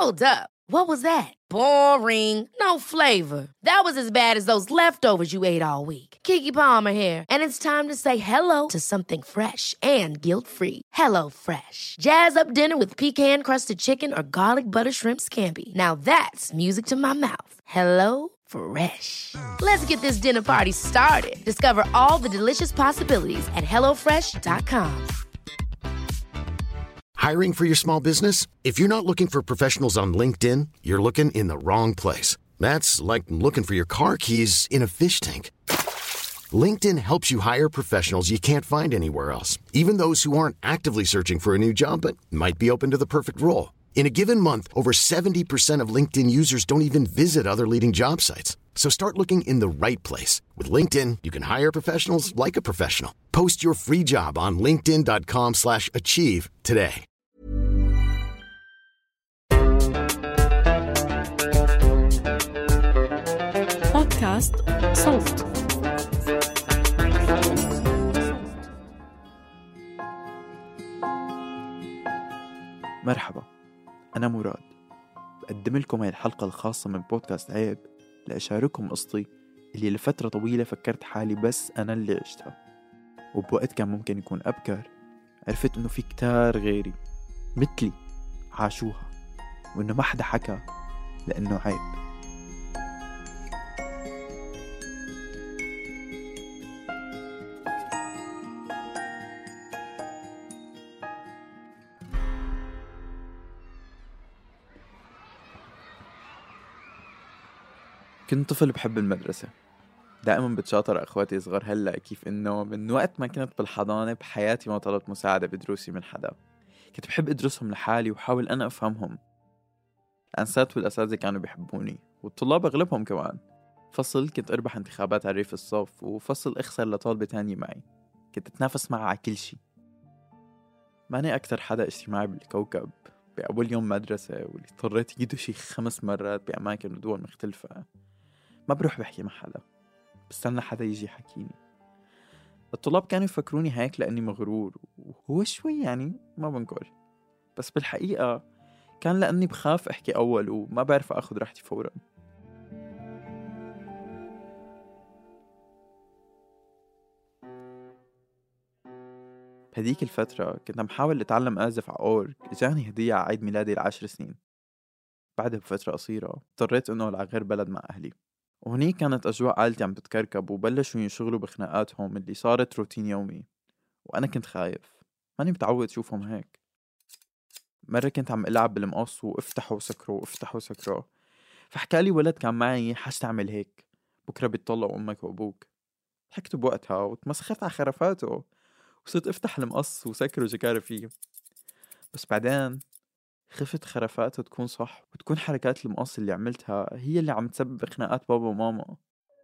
Hold up. What was that? Boring. No flavor. That was as bad as those leftovers you ate all week. Keke Palmer here, and it's time to say hello to something fresh and guilt-free. Hello Fresh. Jazz up dinner with pecan-crusted chicken or garlic butter shrimp scampi. Now that's music to my mouth. Hello Fresh. Let's get this dinner party started. Discover all the delicious possibilities at hellofresh.com. Hiring for your small business? If you're not looking for professionals on LinkedIn, you're looking in the wrong place. That's like looking for your car keys in a fish tank. LinkedIn helps you hire professionals you can't find anywhere else, even those who aren't actively searching for a new job but might be open to the perfect role. In a given month, over 70% of LinkedIn users don't even visit other leading job sites. So start looking in the right place. With LinkedIn, you can hire professionals like a professional. Post your free job on linkedin.com/achieve today. بودكاست صوت. مرحبا، أنا مراد. بقدم لكم هاي الحلقة الخاصة من بودكاست عيب لأشارككم قصتي اللي لفترة طويلة فكرت حالي بس أنا اللي عشتها، وبوقت كان ممكن يكون أبكر عرفت إنه في كتار غيري مثلي عاشوها، وإنه ما حدا حكى لأنه عيب. كنت طفل بحب المدرسة، دائما بتشاطر أخواتي صغار هلأ كيف إنه من وقت ما كنت بالحضانة بحياتي ما طلبت مساعدة بدروسي من حدا. كنت بحب أدرسهم لحالي وحاول أنا أفهمهم. الأنسات والأساتذة كانوا بيحبوني والطلاب أغلبهم كمان. فصل كنت أربح انتخابات على ريف الصف، وفصل أخسر لطالبة تانية معي كنت أتنافس معها على كل شي. ماني أكتر حدا اجتماعي بالكوكب. بأول يوم مدرسة واللي اضطريت يجيدوا شي 5 مرات بأماكن ودول مختلفة، ما بروح بحكي مع حدا، بستنى حدا يجي يحكيني. الطلاب كانوا يفكروني هيك لأني مغرور، وهو شوي يعني ما بنقول، بس بالحقيقة كان لأني بخاف أحكي أول وما بعرف أخذ راحتي فورا. بهديك الفترة كنت محاول أتعلم أعزف على أورج. جاني هدية على عيد ميلادي 10 سنين. بعدها بفترة قصيرة اضطريت أنه على غير بلد مع أهلي، وهنيك كانت أجواء عائلتي عم تتكركب وبلشوا ينشغلوا بخناقاتهم اللي صارت روتين يومي، وأنا كنت خايف، ماني متعود شوفهم هيك. مرة كنت عم ألعب بالمقص وافتحوا وسكروا وافتحوا وسكروا، فحكالي ولد كان معي حاج تعمل هيك، بكرة بيطلعوا أمك وأبوك. ضحكت بوقتها وتمسخرت على خرفاته وصرت أفتح المقص وسكره جكاري فيه. بس بعدين خفت خرفاته تكون صح وتكون حركات المقص اللي عملتها هي اللي عم تسبب خناقات بابا وماما.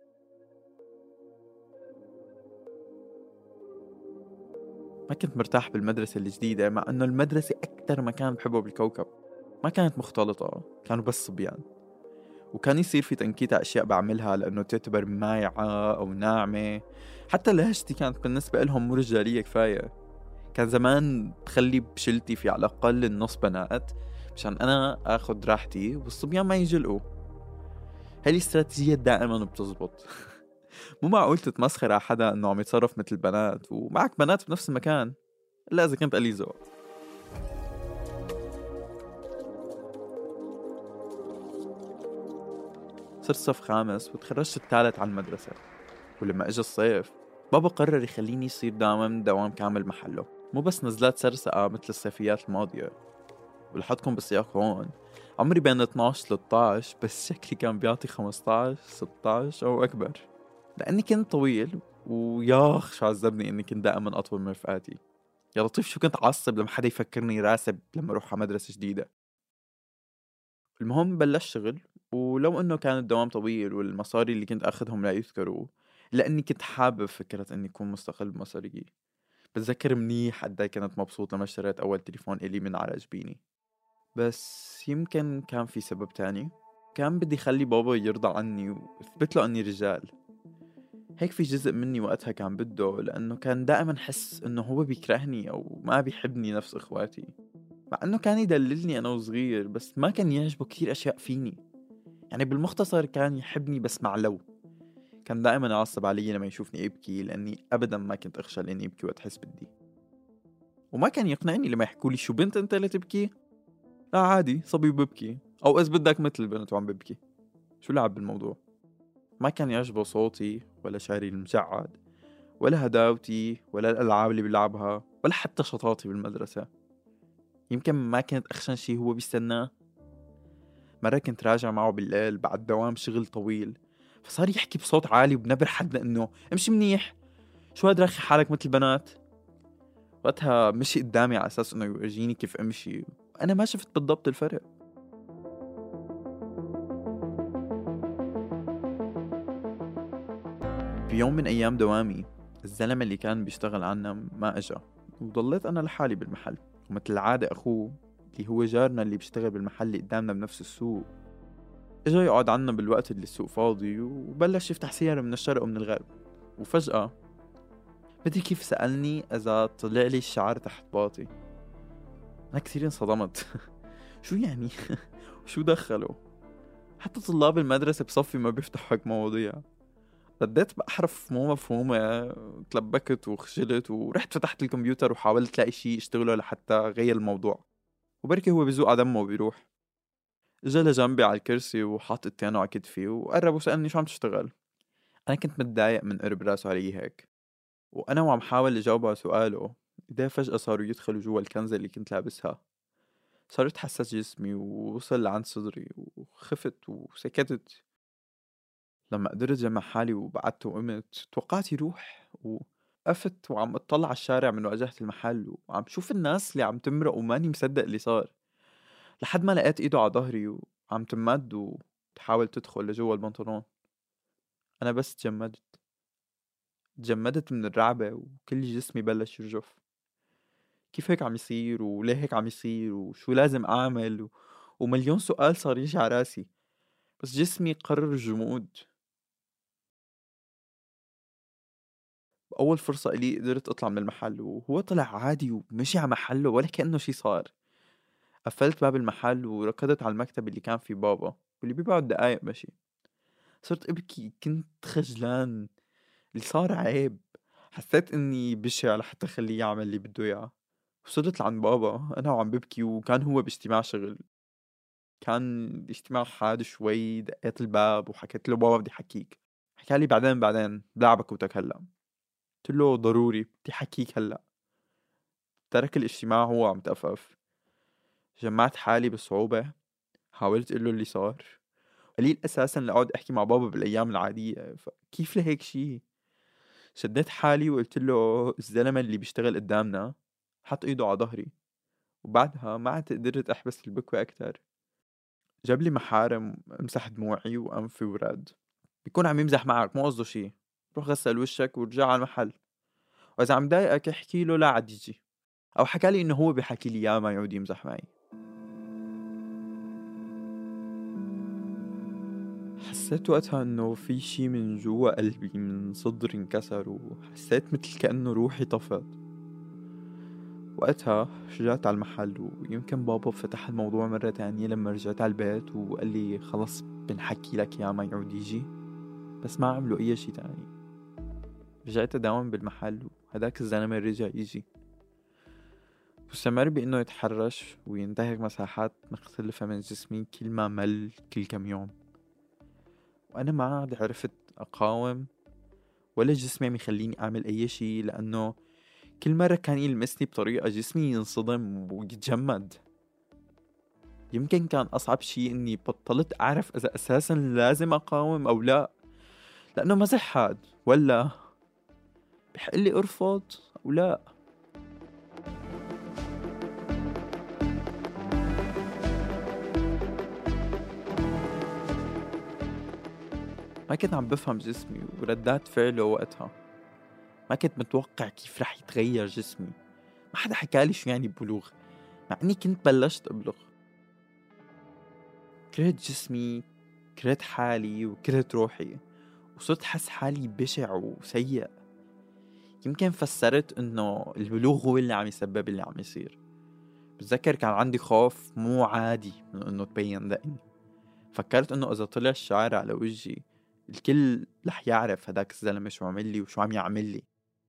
ما كنت مرتاح بالمدرسة الجديدة، مع أنه المدرسة أكتر مكان بحبه بالكوكب. ما كانت مختلطة، كانوا بس صبيان، وكان يصير في تنكيت على أشياء بعملها لأنه تعتبر مايعة أو ناعمة. حتى لهجتي كانت بالنسبة لهم مو رجالية كفاية. كان زمان بخلي بشلتي في على الأقل النص بنات مشان أنا أخذ راحتي والصبيان ما يجلقوا. هاي الاستراتيجية دائما بتزبط. مو معقول تتمسخر على حدا أنه عم يتصرف مثل البنات ومعك بنات بنفس المكان إلا إذا كنت قليل ذوق. صرت صف 5 وتخرجت الثالث على المدرسة، ولما اجى الصيف بابا قرر يخليني يصير دوام كامل محله، مو بس نزلات سرسقة مثل الصيفيات الماضية. ولحدكم بالسياق هون عمري بين 12-13، بس شكلي كان بيعطي 15-16 أو أكبر، لأني كنت طويل. وياخ شو عذبني إني كنت دائما أطول من رفقاتي. يا لطيف شو كنت عصب لما حدا يفكرني راسب لما أروح على مدرسة جديدة. المهم بلش شغل، ولو إنه كان الدوام طويل والمصاري اللي كنت أخذهم لا يذكروا، لأني كنت حابب فكرة إني أكون مستقل بمصاريي. بتذكر منيح قدي كنت مبسوط لما اشتريت أول تليفون إلي من على جبيني. بس يمكن كان في سبب تاني. كان بدي خلي بابا يرضى عني وأثبت له أني رجال. هيك في جزء مني وقتها كان بده، لأنه كان دائما حس أنه هو بيكرهني أو ما بيحبني نفس إخواتي. مع انه كان يدللني انا وصغير، بس ما كان يعجبه كثير اشياء فيني. يعني بالمختصر كان يحبني بس معلو. كان دائما يعصب علي لما يشوفني ابكي، لاني ابدا ما كنت اخجل اني ابكي وقت احس بدي. وما كان يقنعني لما يحكوا لي شو بنت انت اللي تبكي؟ لا عادي، صبي ببكي، او اذا بدك مثل البنت وعم ببكي، شو لعب بالموضوع؟ ما كان يعجبه صوتي ولا شعري المجعد ولا هداوتي ولا الالعاب اللي بلعبها ولا حتى شطاتي بالمدرسة. يمكن ما كانت اخشن شي هو بيستناه. مرة كنت راجع معه بالليل بعد دوام شغل طويل، فصار يحكي بصوت عالي وبنبر حدنا انه امشي منيح، شو هاد رخي حالك مثل البنات. وقتها مشي قدامي على اساس انه يورجيني كيف امشي، وانا ما شفت بالضبط الفرق. بيوم من ايام دوامي الزلمة اللي كان بيشتغل عنا ما اجا، وضليت انا لحالي بالمحل. ومثل العادة اخوه اللي هو جارنا اللي بيشتغل بالمحل اللي قدامنا بنفس السوق اجا يقعد عنا بالوقت اللي السوق فاضي، وبلش يفتح سيارة من الشرق ومن الغرب. وفجأة بدري كيف سألني إذا طلع لي الشعر تحت باطي. أنا كثير انصدمت. شو يعني؟ شو دخله؟ حتى طلاب المدرسة بصفي ما بيفتحوا هيك مواضيع. رديت بأحرف مو مفهومة، تلبكت وخجلت ورحت فتحت الكمبيوتر وحاولت لاقي شي اشتغله لحتى غير الموضوع، وبركي هو بيزوق على دمه وبيروح. اجا لجنبي على الكرسي وحاط التيانو على كتفي وقرب وسألني شو عم تشتغل. أنا كنت متضايق من قرب راسه علي هيك، وأنا وعم حاول أجاوب على سؤاله إيديه فجأة صاروا يدخلوا جوا الكنزة اللي كنت لابسها. صارت حساس جسمي ووصل لعند صدري وخفت وسكتت. لما قدرت جمع حالي وبعدت وقمت توقعت يروح، وقفت وعم اطلع على الشارع من واجهة المحل وعم شوف الناس اللي عم تمرق وماني مصدق اللي صار، لحد ما لقيت ايده على ظهري وعم تمد وتحاول تدخل لجوا البنطلون. انا بس تجمدت من الرعبة وكل جسمي بلش يرجف. كيف هيك عم يصير؟ وليه هيك عم يصير؟ وشو لازم أعمل؟ ومليون سؤال صار يجي على راسي، بس جسمي قرر الجمود. بأول فرصة إلي قدرت أطلع من المحل، وهو طلع عادي ومشي على محله ولا كأنه شي صار. قفلت باب المحل وركضت على المكتب اللي كان فيه بابا واللي بيبعد دقايق مشي. صرت أبكي، كنت خجلان، اللي صار عيب. حسيت إني بشع لحتى خليه يعمل اللي بده إياه. وصلت لعند بابا أنا وعم ببكي، وكان هو باجتماع شغل. كان الاجتماع حاد شوي. دقيت الباب وحكيت له بابا بدي حكيك. حكالي بعدين بلعبك وتك هلا. قلت له ضروري بدي حكيك هلا. ترك الاجتماع هو عم تأفف. جمعت حالي بصعوبة، حاولت اقول له اللي صار. قليل اساسا لأقعد احكي مع بابا بالايام العادية، فكيف لهيك شي؟ شديت حالي وقلت له الزلمة اللي بيشتغل قدامنا حط ايده على ظهري. وبعدها ما عاد قدرت احبس البكوة اكتر. جاب لي محارم امسح دموعي وانفي وراد. بيكون عم يمزح معك، مو قصده شي. روح غسل وشك ورجع على المحل، واذا عم ضايقك احكي له لا عاد يجي. او حكالي انه هو بيحكي لي اياه ما يعود يمزح معي. حسيت وقتها انه في شي من جوا قلبي من صدري انكسر، وحسيت مثل كأنه روحي طفت. وقتها رجعت على المحل، ويمكن بابا فتح الموضوع مرة تانية لما رجعت على البيت وقال لي خلص بنحكي لك يا ما يعود يجي، بس ما عملوا اي شي تاني. رجعت اداوم بالمحل، وهداك الزلمة رجع يجي واستمر بانه يتحرش وينتهك مساحات مختلفة من جسمي كل ما مل كل كم يوم. وانا ما عاد عرفت اقاوم ولا جسمي عم يخليني اعمل اي شي، لانه كل مرة كان يلمسني بطريقة جسمي ينصدم ويتجمد. يمكن كان اصعب شي اني بطلت اعرف اذا اساسا لازم اقاوم او لا، لانه مزح هاد ولا بحق لي ارفض او لا. ما كنت عم بفهم جسمي وردات فعله وقتها. ما كنت متوقع كيف رح يتغير جسمي. ما حدا حكالي شو يعني بلوغ، مع اني كنت بلشت ابلغ. كرهت جسمي، كرهت حالي وكرهت روحي، وصرت حس حالي بشع وسيء. يمكن فسرت انه البلوغ هو اللي عم يسبب اللي عم يصير، بتذكر كان عندي خوف مو عادي من انه تبين دقني. فكرت انه اذا طلع الشعر على وجهي الكل رح يعرف هداك الزلمة شو عمل لي وشو عم يعمل لي.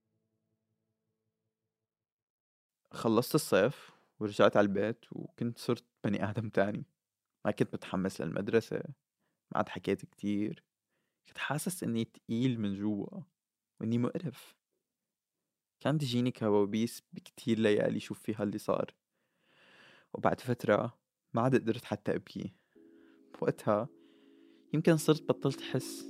خلصت الصيف ورجعت على البيت وكنت صرت بني آدم تاني. ما كنت متحمس للمدرسة، ما عاد حكيت كتير، كنت حاسس اني تقيل من جوا واني مقرف. كان تجيني كوابيس بكتير ليالي شوف فيها اللي صار، وبعد فترة ما عاد قدرت حتى أبكي. بوقتها يمكن صرت بطلت أحس.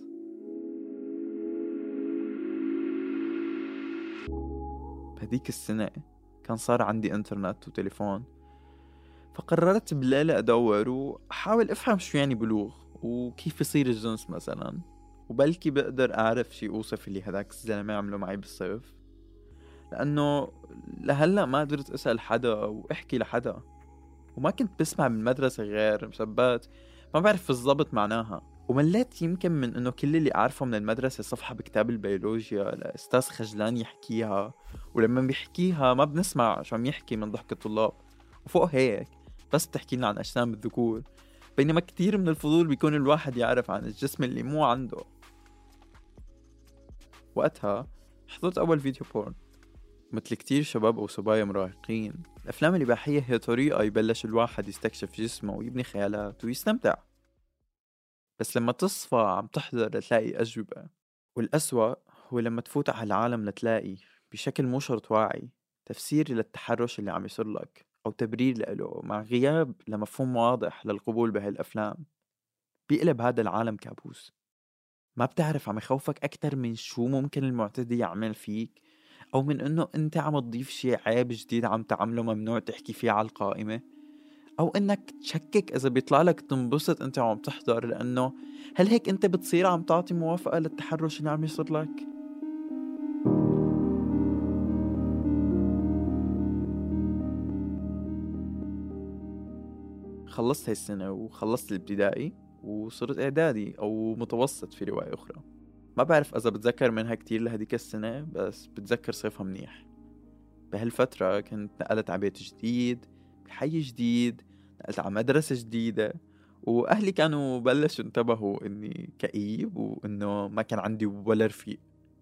بهديك السنة كان صار عندي انترنت وتليفون، فقررت بالليلة أدور وأحاول أفهم شو يعني بلوغ وكيف يصير الجنس مثلا، وبلكي بقدر أعرف شي أوصف اللي هداك الزلمة عمله معي بالصيف. لأنه لهلأ ما قدرت أسأل حدا أو أحكي لحدا، وما كنت بسمع من المدرسة غير مسبات ما بعرف بالضبط معناها. ومليت يمكن من انه كل اللي اعرفه من المدرسة صفحة بكتاب البيولوجيا لأستاذ خجلان يحكيها، ولما بيحكيها ما بنسمع شو عم يحكي من ضحك الطلاب، وفوق هيك بس بتحكي لنا عن أجسام الذكور، بينما كتير من الفضول بيكون الواحد يعرف عن الجسم اللي مو عنده. وقتها حضرت أول فيديو بورن. مثل كتير شباب أو صبايا مراهقين، الأفلام الإباحية هي طريقة يبلش الواحد يستكشف جسمه ويبني خيالات ويستمتع. بس لما تصفى عم تحضر لتلاقي أجوبة، والأسوأ هو لما تفوت على العالم لتلاقي بشكل مو شرط واعي تفسير للتحرش اللي عم يصير لك أو تبرير له، مع غياب لمفهوم واضح للقبول بهالأفلام. بيقلب هذا العالم كابوس. ما بتعرف عم يخوفك أكتر من شو ممكن المعتدي يعمل فيك، أو من إنه أنت عم تضيف شي عيب جديد عم تعمله ممنوع تحكي فيه على القائمة، أو إنك تشكك إذا بيطلع لك تنبسط أنت عم تحضر، لأنه هل هيك أنت بتصير عم تعطي موافقة للتحرش اللي عم يصير لك؟ خلصت هاي السنة وخلصت الابتدائي وصرت إعدادي أو متوسط في رواية أخرى. ما بعرف إذا بتذكر منها كتير لهديك السنة، بس بتذكر صيفها منيح. بهالفترة كنت نقلت على بيت جديد بحي جديد، نقلت على مدرسة جديدة، وأهلي كانوا بلشوا انتبهوا إني كئيب وإنه ما كان عندي ولا رفيق،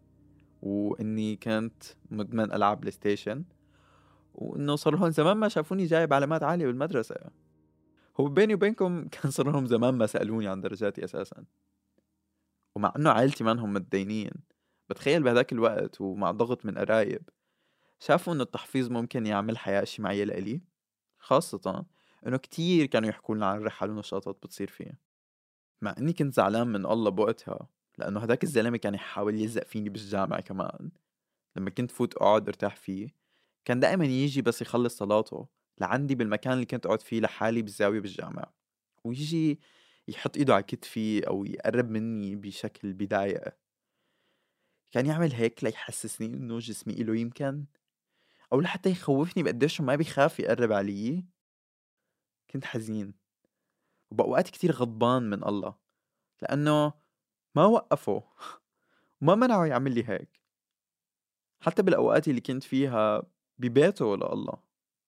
وإني كنت مدمن ألعاب بلاي ستيشن، وإنه صار لهم زمان ما شافوني جايب علامات عالية بالمدرسة. هو بيني وبينكم كان صار لهم زمان ما سألوني عن درجاتي أساسا، ومع إنه عائلتي ما انهم متدينين، بتخيل بهداك الوقت ومع ضغط من قرايب شافوا إنه التحفيظ ممكن يعمل حياة اجتماعية لإلي، خاصة إنه كتير كانوا يحكوا لنا عن رحل ونشاطات بتصير فيها. مع إني كنت زعلان من الله بوقتها، لأنه هداك الزلمة كان يحاول يلزق فيني بالجامعة كمان. لما كنت فوت أقعد ارتاح فيه كان دائما يجي بس يخلص صلاته لعندي بالمكان اللي كنت أقعد فيه لحالي بالزاوية بالجامعة، ويجي يحط إيده على كتفي أو يقرب مني بشكل بداية. كان يعمل هيك ليحسسني إنه جسمي إله يمكن، أو لحتى يخوفني بقديش ما بيخاف يقرب علي. كنت حزين وبأوقات كتير غضبان من الله، لأنه ما وقفه وما منعه يعمل لي هيك، حتى بالأوقات اللي كنت فيها ببيته لله.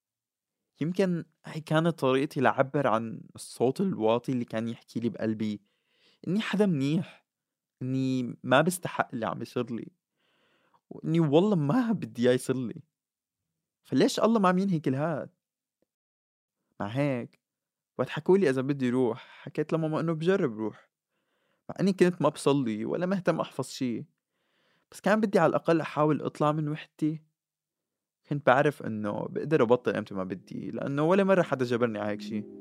يمكن هي كانت طريقتي لعبر عن الصوت الواطي اللي كان يحكي لي بقلبي إني حدا منيح، إني ما بستحق اللي عم يصير لي، وإني والله ما بدي إياه يصير لي. فليش الله ما عم ينهي كل هاد؟ مع هيك وقت حكولي إذا بدي روح حكيت لماما إنه بجرب روح، مع إني كنت ما بصلي ولا مهتم أحفظ شي، بس كان بدي على الأقل أحاول أطلع من وحدتي. كنت بعرف إنه بقدر أبطل إمتى ما بدي، لأنه ولا مرة حدا جبرني على هيك شي.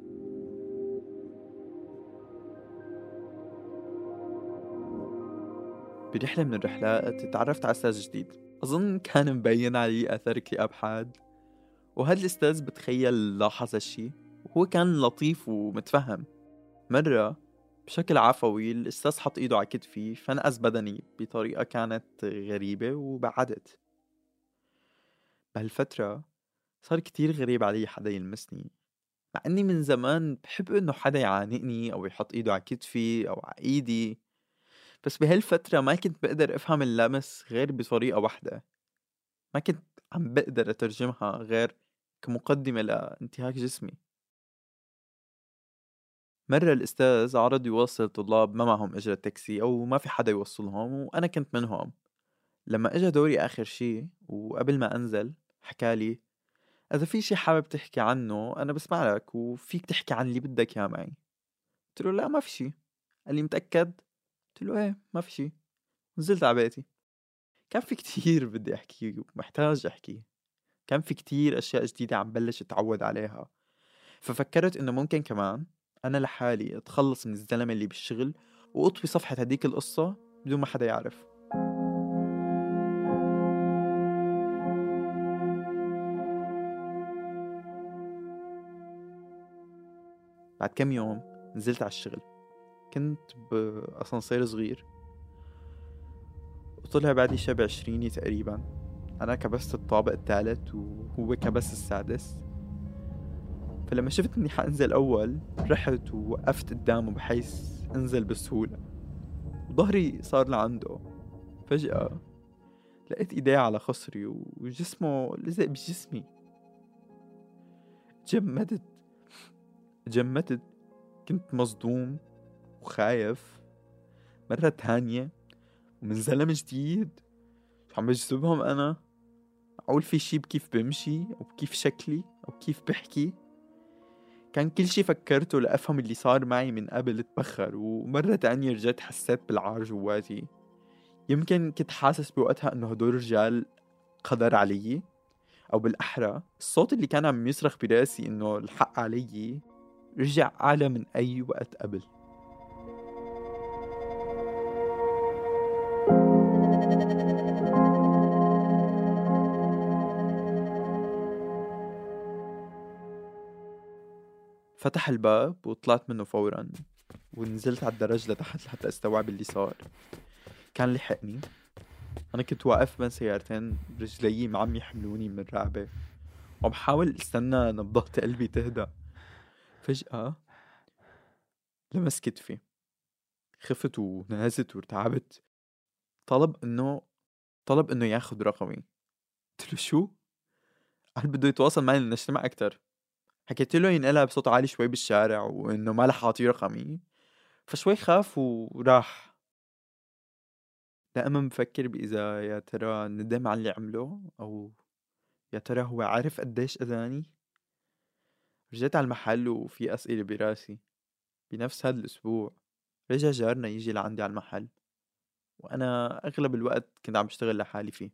برحلة من الرحلات تعرفت على أستاذ جديد، أظن كان مبين علي أثر اكتئاب حاد، وهذا الأستاذ بتخيل لاحظ هالشي وهو كان لطيف ومتفهم. مرة بشكل عفوي الأستاذ حط إيده على كتفي فنقز بدني بطريقة كانت غريبة وبعدت. بهالفترة صار كتير غريب علي حدا يلمسني، مع أني من زمان بحب إنه حدا يعانقني أو يحط إيده على كتفي أو على إيدي، بس بهالفترة ما كنت بقدر أفهم اللمس غير بطريقة واحدة، ما كنت عم بقدر أترجمها غير كمقدمة لانتهاك جسمي. مرة الأستاذ عرض يوصل طلاب ما معهم إجرة تاكسي أو ما في حدا يوصلهم، وأنا كنت منهم. لما إجا دوري آخر شي وقبل ما أنزل حكالي: إذا في شي حابب تحكي عنه أنا بسمع لك، وفيك تحكي عن اللي بدك يا معي. قلت له: لا ما في شي. قال لي: متأكد؟ قلت له: ايه ما في شي. نزلت على بيتي. كان في كتير بدي أحكي ومحتاج أحكي. كان في كتير أشياء جديدة عم بلش أتعود عليها. ففكرت إنه ممكن كمان أنا لحالي أتخلص من الزلمة اللي بالشغل وأطوي صفحة هديك القصة بدون ما حدا يعرف. بعد كم يوم نزلت على الشغل. كنت بأسانسير صغير، وطلع بعدي شاب 20 تقريبا. أنا كبست الطابق الثالث وهو كبس السادس. فلما شفت إني حأنزل أول رحت ووقفت قدامه بحيث أنزل بسهولة، وظهري صار لعنده. فجأة لقيت إيديه على خصري وجسمه لزق بجسمي. جمدت. كنت مصدوم وخايف. مرة تانية ومن زلم جديد شو عم بجذبهم أنا. أقول في شي بكيف بمشي أو بكيف شكلي أو كيف بحكي. كان كل شي فكرته لأفهم اللي صار معي من قبل تبخر. ومرة تانية رجعت حسيت بالعار جواتي. يمكن كنت حاسس بوقتها إنه هدول الرجال قدر علي، أو بالأحرى الصوت اللي كان عم يصرخ براسي إنه الحق علي رجع أعلى من أي وقت قبل. فتح الباب وطلعت منه فورا، ونزلت على الدرج لتحت لحتى استوعب اللي صار. كان لحقني. أنا كنت واقف بين سيارتين، رجلي عم يحملوني من الرعبة وبحاول استنى نبضات قلبي تهدأ. فجأة لمس كتفي، خفت ونهزت وارتعبت. طلب انه ياخد رقمي. قلت له: شو؟ قال بده يتواصل معي لنجتمع اكتر. حكيت له ينقلها بصوت عالي شوي بالشارع وانه ما رح اعطيه رقمي. فشوي خاف وراح. دائما بفكر بإذا يا ترى ندم على اللي عمله، او يا ترى هو عارف قديش اذاني. رجعت على المحل وفي اسئلة براسي. بنفس هذا الاسبوع رجع جارنا يجي لعندي على المحل، وانا اغلب الوقت كنت عم بشتغل لحالي فيه.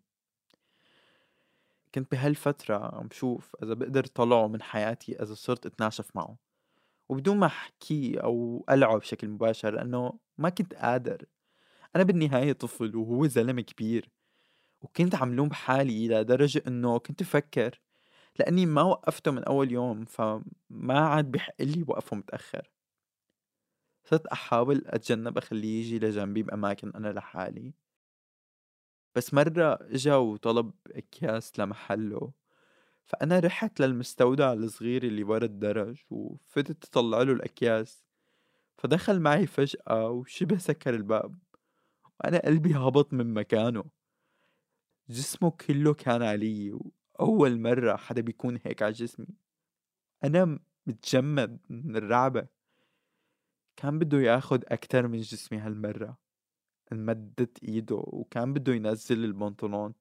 كنت بهالفترة عم بشوف اذا بقدر طلعه من حياتي اذا صرت اتناشف معه وبدون ما احكي او العب بشكل مباشر، لانه ما كنت قادر. انا بالنهاية طفل وهو زلمة كبير، وكنت عم لوم بحالي لدرجة انه كنت افكر لاني ما وقفته من اول يوم فما عاد بحق لي وقفه متأخر. صرت احاول اتجنب اخليه يجي لجنبي باماكن انا لحالي. بس مرة اجا وطلب اكياس لمحله، فأنا رحت للمستودع الصغير اللي ورا الدرج وفتت تطلع له الأكياس. فدخل معي فجأة وشبه سكر الباب، وأنا قلبي هبط من مكانه. جسمه كله كان علي، وأول مرة حدا بيكون هيك على جسمي. أنا متجمد من الرعبة. كان بده ياخد أكتر من جسمي هالمرة. انمدت إيده وكان بده ينزل البنطلون.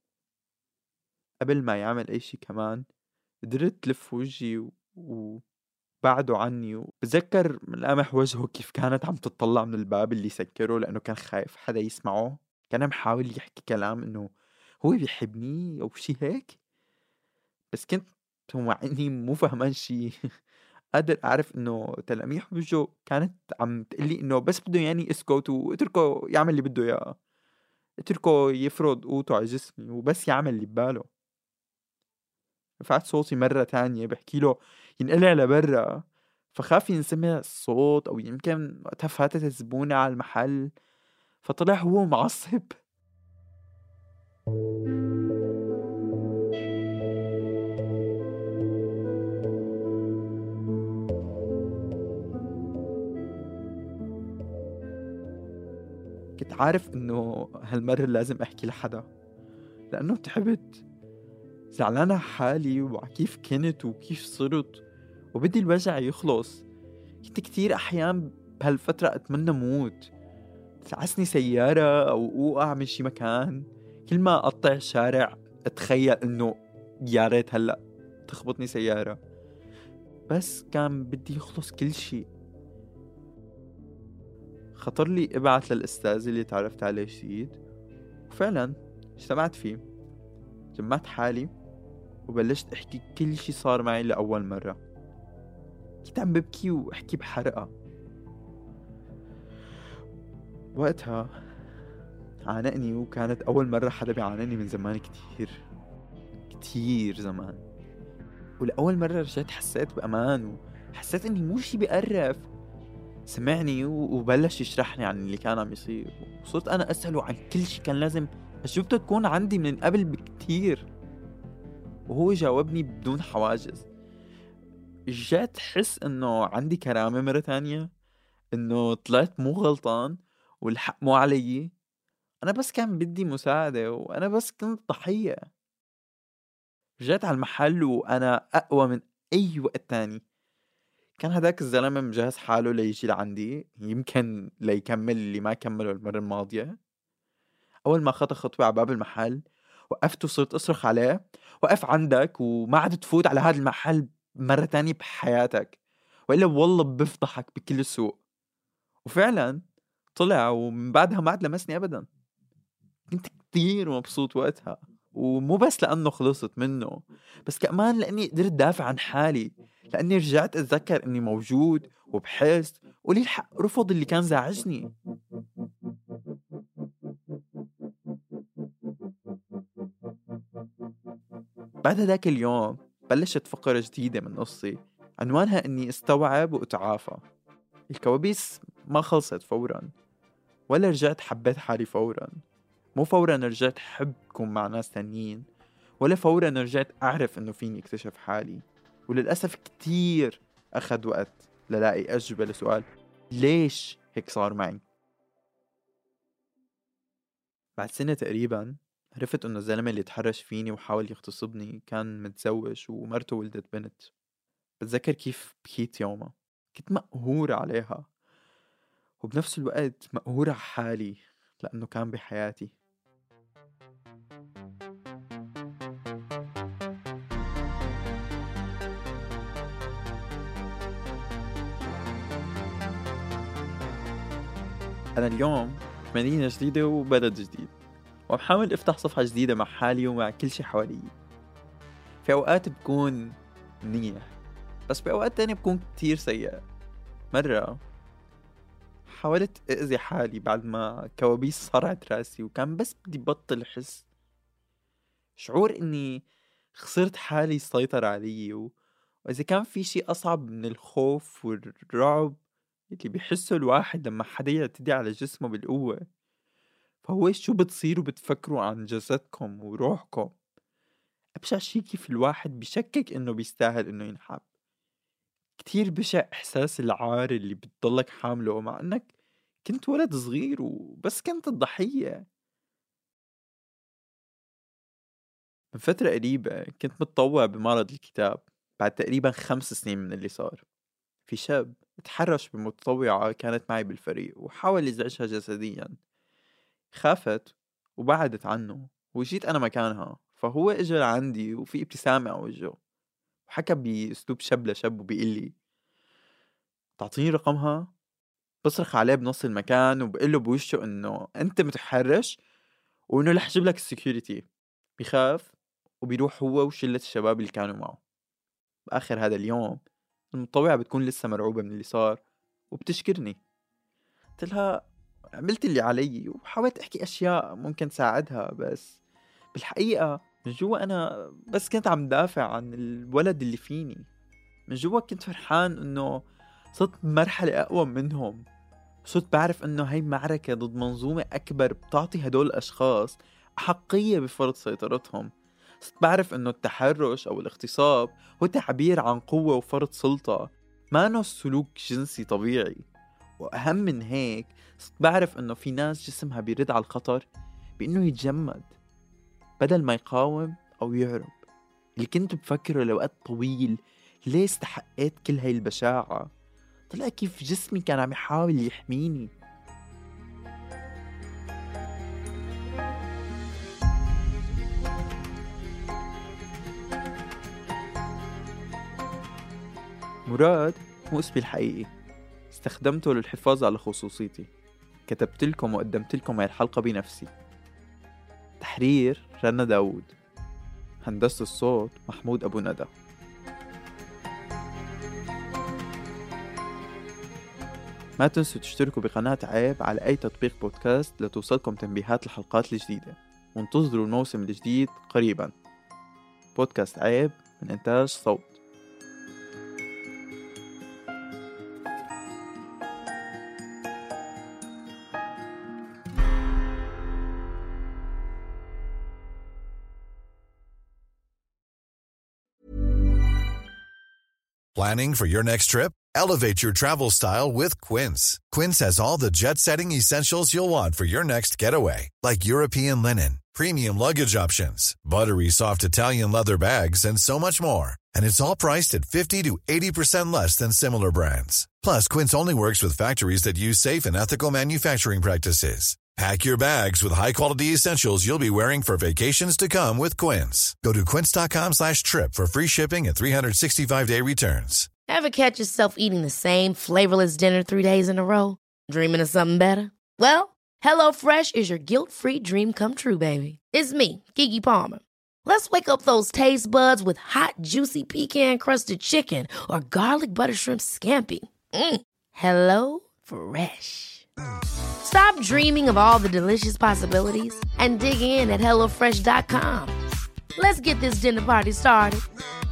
قبل ما يعمل أي شي كمان قدرت لف وجهي وبعده عني. وبتذكر ملامح وجهه كيف كانت عم تطلع من الباب اللي سكره لأنه كان خايف حدا يسمعه. كان محاول يحكي كلام إنه هو بيحبني أو شي هيك، بس كنت مع إني مو فهمان شي. قادر أعرف إنه تلاميح وجهه كانت عم تقلي إنه بس بده يعني اسكت واتركه يعمل اللي بده إياه. اتركه يفرض قوته على جسمي وبس يعمل اللي بباله. رفعت صوتي مرة تانية بحكي له ينقلع لبرا، فخاف ينسمع الصوت أو يمكن وقتها فاتت الزبونة على المحل. فطلع هو معصب. كنت عارف إنه هالمرة لازم أحكي لحدا، لأنه تعبت. زعلانة حالي وكيف كنت وكيف صرت، وبدي الوجع يخلص. كنت كتير أحيان بهالفترة أتمنى موت، تلعسني سيارة أو أوقع من شي مكان. كل ما أقطع شارع أتخيل إنه يا ريت هلأ تخبطني سيارة، بس كان بدي يخلص كل شي. خطر لي ابعت للأستاذ اللي تعرفت عليه جديد، وفعلا اجتمعت فيه. جمعت حالي وبلشت أحكي كل شي صار معي لأول مرة. كنت عم ببكي وأحكي بحرقة. وقتها عانقني، وكانت أول مرة حدا بيعانقني من زمان كتير زمان. ولأول مرة رجعت حسيت بأمان، وحسيت إني مو شي بيقرف. سمعني وبلش يشرحني عن اللي كان عم يصير، وصرت أنا أسأله عن كل شي كان لازم أجوبته تكون عندي من قبل بكتير، وهو جاوبني بدون حواجز. رجعت حس إنه عندي كرامة مرة تانية، إنه طلعت مو غلطان والحق مو علي. أنا بس كان بدي مساعدة، وأنا بس كنت ضحية. رجعت على المحل وأنا أقوى من أي وقت تاني. كان هداك الزلمة مجهز حاله ليجي لعندي، يمكن ليكمل اللي ما كمله المرة الماضية. أول ما خطى خطوة على باب المحل وقفت وصرت أصرخ عليه: وقف عندك وما عاد تفوت على هذا المحل مرة تانية بحياتك، وإلا والله بفضحك بكل السوق. وفعلا طلع، ومن بعدها ما عاد لمسني أبدا. كنت كتير مبسوط وقتها، ومو بس لأنه خلصت منه، بس كمان لأني قدرت دافع عن حالي، لأني رجعت أتذكر أني موجود وبحس، ولي الحق رفض اللي كان زاعجني. بعد ذاك اليوم بلشت فقرة جديدة من قصتي، عنوانها أني استوعب وأتعافى. الكوابيس ما خلصت فورا، ولا رجعت حبيت حالي فورا. مو فورا رجعت حب كون مع ناس تانيين، ولا فورا رجعت أعرف أنه فيني اكتشف حالي. وللأسف كتير أخذ وقت للاقي أجوبة لسؤال ليش هيك صار معي. بعد سنة تقريبا عرفت أنه الزلمة اللي تحرش فيني وحاول يغتصبني كان متزوج ومرته ولدت بنت. بتذكر كيف بكيت يومها، كنت مقهورة عليها، وبنفس الوقت مقهورة على حالي لأنه كان بحياتي. أنا اليوم بمدينة جديدة وبلد جديد، وبحاول أفتح صفحة جديدة مع حالي ومع كل شي حوالي. في أوقات بكون منيح، بس بأوقات تانية بكون كتير سيء. مرة حاولت أأذي حالي بعد ما كوابيس صرعت راسي، وكان بس بدي بطل أحس. شعور إني خسرت حالي سيطر علي، وإذا كان في شي أصعب من الخوف والرعب اللي بيحسه الواحد لما حدا يعتدي على جسمه بالقوة، فهو شو بتصيروا بتفكروا عن جسدكم وروحكم. أبشع شي كيف الواحد بيشكك إنه بيستاهل إنه ينحب. كتير بشع إحساس العار اللي بتضلك حامله مع إنك كنت ولد صغير وبس كنت الضحية. من فترة قريبة كنت متطوع بمعرض الكتاب بعد تقريبا 5 سنين من اللي صار. في شاب تحرش بمتطوعة كانت معي بالفريق وحاول يزعجها جسديا. خافت وبعدت عنه، وجيت أنا مكانها، فهو إجا عندي وفي ابتسامة على وجهه، وحكى بأسلوب شاب لشاب وبيقول لي تعطيني رقمها. بصرخ عليه بنص المكان وبقول له بوشه إنه أنت متحرش وإنه رح أجيب لك السكيورتي. بيخاف وبيروح هو وشلة الشباب اللي كانوا معه. بآخر هذا اليوم المتطوعة بتكون لسه مرعوبة من اللي صار وبتشكرني. قلت لها عملت اللي علي وحاولت أحكي أشياء ممكن تساعدها، بس بالحقيقة من جوا أنا بس كنت عم دافع عن الولد اللي فيني. من جوا كنت فرحان إنه صرت بمرحلة أقوى منهم، صرت بعرف إنه هاي معركة ضد منظومة أكبر بتعطي هدول الأشخاص أحقية بفرض سيطرتهم. صرت بعرف إنه التحرش أو الاغتصاب هو تعبير عن قوة وفرض سلطة، ما إنه سلوك جنسي طبيعي. وأهم من هيك صرت بعرف إنه في ناس جسمها بيرد على الخطر بإنه يتجمد بدل ما يقاوم أو يهرب. اللي كنت بفكره لوقت طويل ليه استحقيت كل هاي البشاعة، طلع كيف جسمي كان عم يحاول يحميني. مراد مو اسمي الحقيقي، استخدمته للحفاظ على خصوصيتي. كتبت لكم وقدمت لكم هاي الحلقة بنفسي. تحرير رنا داود، هندسة الصوت محمود أبو ندى. ما تنسوا تشتركوا بقناة عيب على أي تطبيق بودكاست لتوصلكم تنبيهات الحلقات الجديدة، وانتظروا الموسم الجديد قريبا. بودكاست عيب من إنتاج صوت. Planning for your next trip? Elevate your travel style with Quince. Quince has all the jet-setting essentials you'll want for your next getaway, like European linen, premium luggage options, buttery soft Italian leather bags, and so much more. And it's all priced at 50 to 80% less than similar brands. Plus, Quince only works with factories that use safe and ethical manufacturing practices. Pack your bags with high-quality essentials you'll be wearing for vacations to come with Quince. Go to quince.com/trip for free shipping and 365-day returns. Ever catch yourself eating the same flavorless dinner 3 days in a row? Dreaming of something better? Well, HelloFresh is your guilt-free dream come true, baby. It's me, Keke Palmer. Let's wake up those taste buds with hot, juicy pecan-crusted chicken or garlic butter shrimp scampi. HelloFresh. Stop dreaming of all the delicious possibilities and dig in at HelloFresh.com. Let's get this dinner party started.